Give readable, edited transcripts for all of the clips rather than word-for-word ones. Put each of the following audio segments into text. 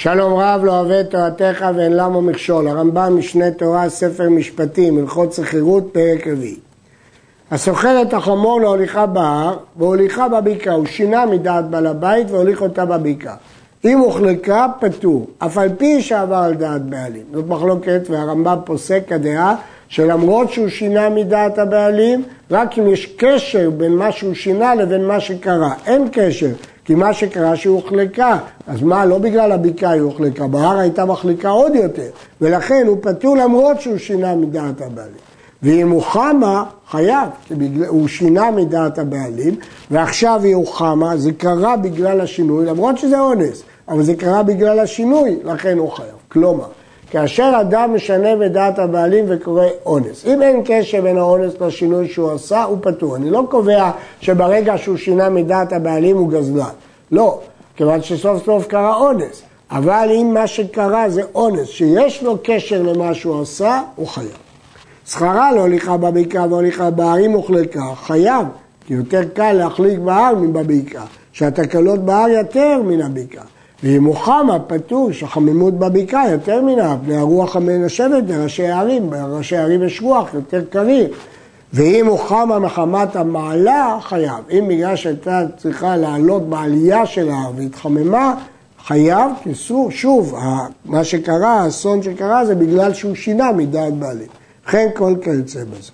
שלום רב לא אוהב את תורתך ואין למה מכשול. הרמב"ם משנה תורה, ספר משפטים, הלכות שכירות, פרק רביעי. הסוחר את החמור להוליכה בהר והוליכה בבקעה, הוא שינה מדעת בעל הבית והוליך אותה בבקעה. אם הוחלקה פטור, אף על פי שעבר על דעת בעלים. זאת מחלוקת, והרמב"ם פוסק הדעה שלמרות שהוא שינה מדעת הבעלים, רק אם יש קשר בין מה שהוא שינה לבין מה שקרה. אין קשר, כי מה שקרה שהוא הוחלקה. אז מה, לא בגלל הבקעה היא הוחלקה, בהר הייתה מחליקה עוד יותר, ולכן הוא פטור למרות שהוא שינה מדעת הבעלים. ואם הוא חמה, חייב, הוא שינה מדעת הבעלים, ועכשיו היא חמה, זה קרה בגלל השינוי, למרות שזה אונס, אבל זה קרה בגלל השינוי, לכן הוא חייב. כלומר, כאשר אדם משנה מדעת הבעלים וקורא אונס, אם אין קשר בין האונס לשינוי שהוא עשה, הוא פטור. אני לא קובע שברגע שהוא שינה מדעת הבעלים הוא גזלן. לא, כיוון שסוף סוף קרה אונס. אבל אם מה שקרה זה אונס, שיש לו קשר למה שהוא עשה, הוא חייב. שכרה לא הוליכה בבקעה והוליכה בהר, אם הוחלקה, חייב, כי יותר קל להחליק בהר מבבקעה, שהתקלות בהר יותר מן הבקעה. ואם הוא חמה, פטור, שחמימות בבקעה יותר מן הפני הרוח המנשבת בראשי הערים, בראשי הערים יש רוח יותר קריר. ואם הוא חמה מחמת המעלה, חייב. אם בגלל שהייתה צריכה לעלות בעלייה של ההר והתחממה, חייב, כי שוב, מה שקרה, האסון שקרה זה בגלל שהוא שינה מדעת בעלים. וכן כל כיוצא בזה.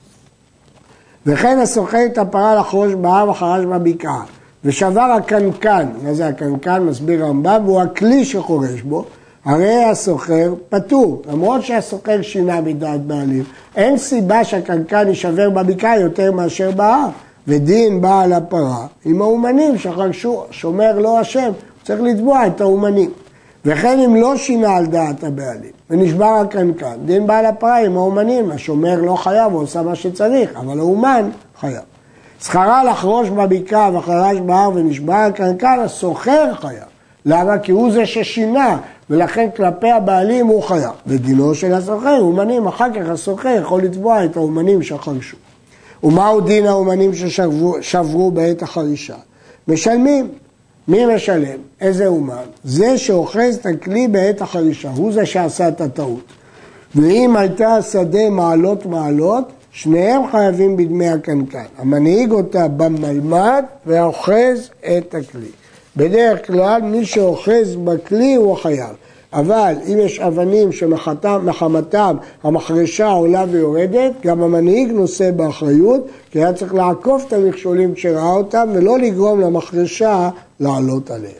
וכן הסוחר את הפרה לחרוש בהר וחרש בבקעה, ושבר הקנקן, מה זה הקנקן? מסביר רמב"ם, והוא הכלי שחורש בו, הרי הסוחר פטור, למרות שהסוחר שינה מדעת בעלים, אין סיבה שהקנקן יישבר בבקעה יותר מאשר בהר, ודין בעל הפרה עם האומנים שחרשו, שומר לא אשם, צריך לתבוע את האומנים. וכן אם לא שינה על דעת הבעלים, ונשבר הקנקן, דין בעל הפרה עם האומנים, השומר לא חייב, הוא עושה מה שצריך, אבל האומן חייב. שכרה לחרוש בבקעה וחרש בהר ונשבר הקנקן, הסוחר חייב. למה? כי הוא זה ששינה, ולכן כלפי הבעלים הוא חייב. ודינו של הסוחר, אומנים, אחר כך הסוחר יכול לתבוע את האומנים שחרשו. ומהו דין האומנים ששברו בעת החרישה? משלמים. מי משלם? איזה אומן? זה שאוחז את הכלי בעת החרישה, הוא זה שעשה את הטעות. ואם הייתה השדה מעלות, שניהם חייבים בדמי הקנקן. המנהיג אותה במלמד והאוחז את הכלי. בדרך כלל מי שאוחז בכלי הוא חייב. אבל אם יש אבנים שמחמתם המחרשה עולה ויורדת, גם המנהיג נושא באחריות, כי היה צריך לעקוף את המכשולים כשראה אותם ולא לגרום למחרשה לעלות עליהם.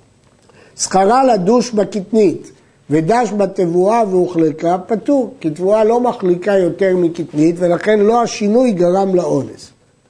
שכרה לדוש בקטנית ודש בתבואה והוחלקה, פטור, כי תבואה לא מחליקה יותר מקטנית ולכן לא השינוי גרם לאונס.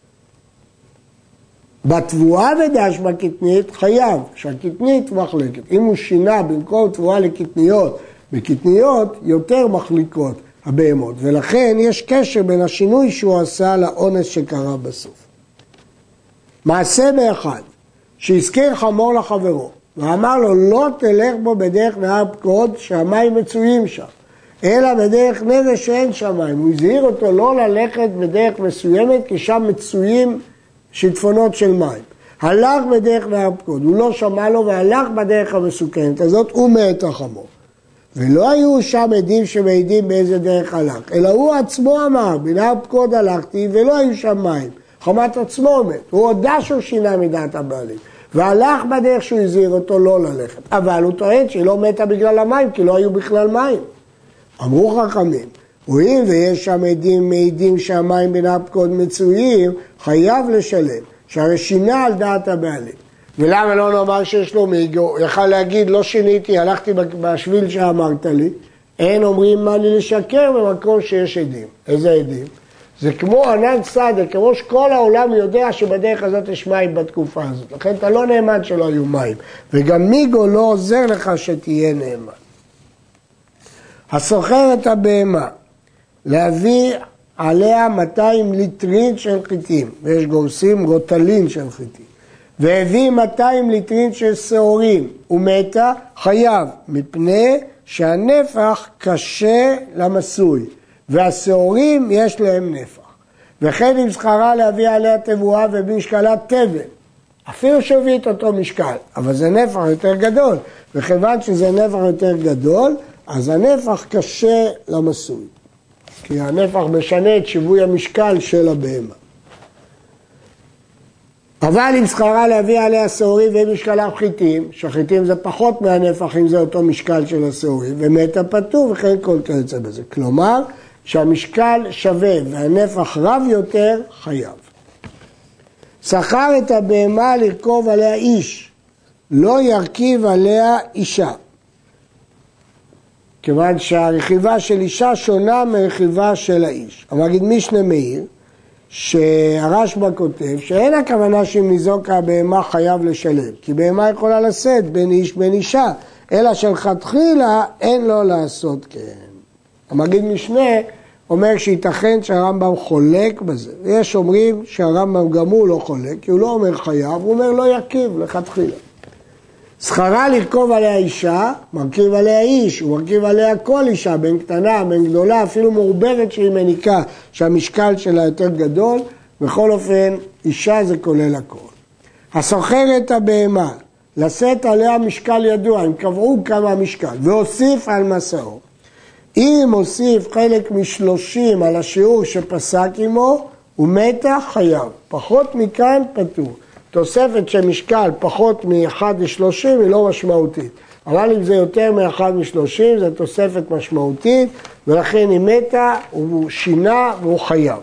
בתבואה ודש בקטנית חייב, שהקטנית מחלקת. אם הוא שינה במקום תבואה לקטניות, בקטניות יותר מחליקות הבהמות, ולכן יש קשר בין השינוי שהוא עשה לאונס שקרה בסוף. מעשה באחד, שהזכיר חמור לחברו, ואמר לו לא תלך בו בדרך נהר פקוד שהמים מצויים שם, אלא בדרך נווה שאין שם מים. הוא הזהיר אותו לא ללכת בדרך מסוימת, כי שם מצויים שיטפונות של מים. הלך בדרך נהר פקוד, הוא לא שמע לו והלך בדרך המסוכנת הזאת, הוא מת החמור. ולא היו שם עדים שמעידים באיזה דרך הלך, אלא הוא עצמו אמר, בנהר פקוד הלכתי ולא היו שם מים. חמת עצמו מת, הוא הודע שהוא שינה מדעת הבעלים, והלך בדרך שהוא הזהיר אותו לא ללכת. אבל הוא טוען שהיא לא מתה בגלל המים, כי לא היו בכלל מים. אמרו חכמים, רואים ויש שם עדים מעידים שהמים בנהר פקוד מצויים, חייב לשלם, שהרי שינה על דעת הבעלים. ולמה לא נאמר שיש לו מיגו? יכל להגיד, לא שיניתי, הלכתי בשביל שאמרת לי, אין אומרים מה לי לשקר במקום שיש עדים. איזה עדים? זה כמו ענן סעדה, כמו שכל העולם יודע שבדרך הזאת יש מים בתקופה הזאת. לכן אתה לא נאמן שלא היו מים. וגם מיגו לא עוזר לך שתהיה נאמן. הסוחר את הבהמה, להביא עליה 200 ליטרין של חיטים, ויש גורסים רוטלין של חיטים, והביא 200 ליטרין של שעורים, ומתה חייב, מפני שהנפח קשה למסוי, והשעורים יש להם נפח. וכן אם שכרה להביא עליה תבואה ובמשקלה תבן, אפילו שהביא את אותו משקל, אבל זה נפח יותר גדול, וכיוון שזה נפח יותר גדול, אז הנפח קשה למסוי, כי הנפח משנה את שיווי המשקל של הבהמה. אבל אם שכרה להביא עליה שעורים ואם משקלה חיטים, שחיטים זה פחות מהנפח אם זה אותו משקל של השעורים, ומתה פטור וכן כל כיוצא בזה. כלומר, שהמשקל שווה והנפח רב יותר, חייב. שכר את הבהמה לרכוב עליה איש, לא ירכיב עליה אישה. כיוון שהרכיבה של אישה שונה מרכיבה של האיש. אבל נגיד משנה מאיר, שהרשב"א כותב שאין הכוונה שאם ניזוק הבהמה חייב לשלם, כי בהמה יכולה לשאת בין איש בין אישה, אלא שלכתחילה אין לו לעשות כן. המגיד משנה אומר שייתכן שהרמב"ם חולק בזה, ויש אומרים שהרמב"ם גם הוא לא חולק, כי הוא לא אומר חייב, הוא אומר לא ירכיב לכתחילה. שכרה לרכוב עליה אישה, מרכיב עליה איש, הוא מרכיב עליה כל אישה, בין קטנה, בין גדולה, אפילו מעוברת שהיא מניקה, שהמשקל שלה יותר גדול, בכל אופן, אישה זה כולל הכל. הסוחר את הבהמה, לשאת עליה משקל ידוע, הם קבעו כמה משקל, והוסיף על מסעו. אם הוסיף חלק מ30 על השיעור שפסק עמו, הוא מתח חייב, פחות מכאן פטור. תוספת שמשקל פחות מ1 ל-30 היא לא משמעותית. אבל אם זה יותר מ1 מ-30 זה תוספת משמעותית, ולכן היא מתה, הוא שינה והוא חייב.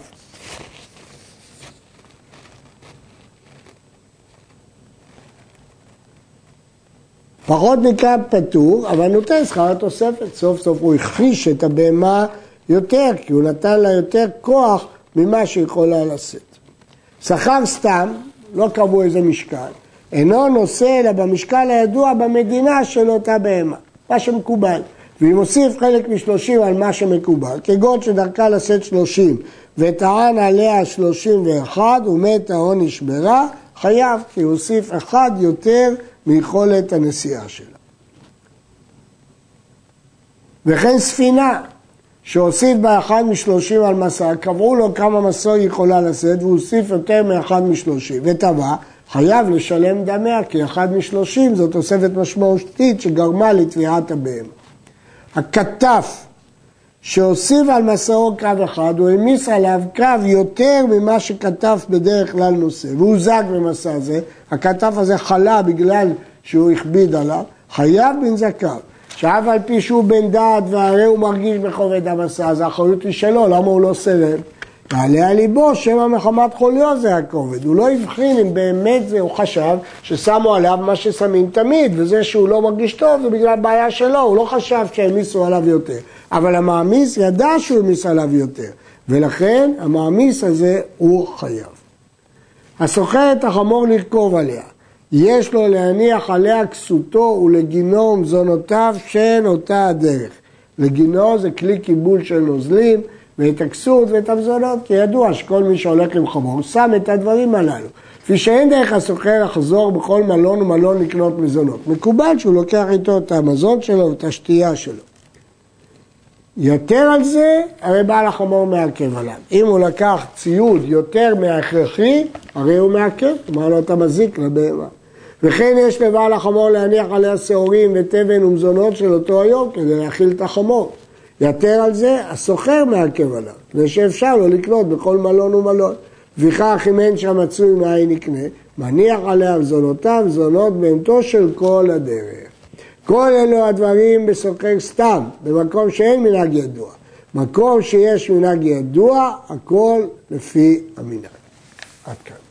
פחות מכאן פטור, אבל נותן שכר התוספת. סוף סוף הוא הכחיש את הבהמה יותר, כי הוא נתן לה יותר כוח ממה שיכולה לשאת. שכר סתם, לא קבעו איזה משקל, אינו נושא אלא במשקל הידוע במדינה של אותה בהמה, מה שמקובל. ואם הוסיף חלק מ30 על מה שמקובל, כגון שדרכה לשאת 30 וטען עליה 31 ומתה או נשברה, חייב, כי הוא הוסיף אחד יותר מיכולת הנשיאה שלה. וכן ספינה, שהוסיף בה 1 מ30 על מסע, קבעו לו כמה מסע היא יכולה לשאת, והוא הוסיף יותר מ1 מ30, וטבע, חייב לשלם דמיה, כי 1 מ30 זו תוספת משמעותית שגרמה לתביעת הבהמה. הכתף, שהוסיף על מסעו קו אחד, הוא העמיס עליו קו יותר ממה שכתף בדרך כלל נושא, והוא זג במסע הזה, הכתף הזה חלה בגלל שהוא הכביד עליו, חייב בנזקיו. שאף על פי שהוא בן דעת והרי הוא מרגיש בכובד המסע, אז האחריות היא שלו, למה הוא לא סרב? יעלה על ליבו שמא מחמת חוליו זה הכובד, הוא לא הבחין אם באמת זה, הוא חשב ששמו עליו מה ששמים תמיד, וזה שהוא לא מרגיש טוב זה בגלל בעיה שלו, הוא לא חשב שהמיסו עליו יותר, אבל המעמיס ידע שהוא המיס עליו יותר, ולכן המעמיס הזה הוא חייב. הסוחר את החמור לרכוב עליה, יש לו להניח עליה כסותו ולגינו ומזונותיו של אותה הדרך. לגינו זה כלי קיבול של נוזלים, ואת הכסות ואת המזונות, כי ידוע שכל מי שהולך עם חמור שם את הדברים הללו. כפי שאין דרך הסוחר לחזור בכל מלון ומלון לקנות מזונות. מקובל שהוא לוקח איתו את המזון שלו ואת השתייה שלו. יותר על זה, הרי בעל החמור מעכב עליו. אם הוא לקח ציוד יותר מההכרחי, הרי הוא מעכב, כלומר לא אתה מזיק לבהמה. וכן יש לבעל החמור להניח עליה שעורים ותבן ומזונות של אותו היום כדי להאכיל את החמור. יותר על זה, הסוחר מעכב עליו, ושאפשר לו לקנות בכל מלון ומלון. וכך אם אין שם מצוי מאין יקנה, מניח עליה מזונותיו, מזונות בהמתו של כל הדרך. כל אלו הדברים בסוחר סתם, במקום שאין מנהג ידוע. מקום שיש מנהג ידוע, הכל לפי המנהג. עד כאן.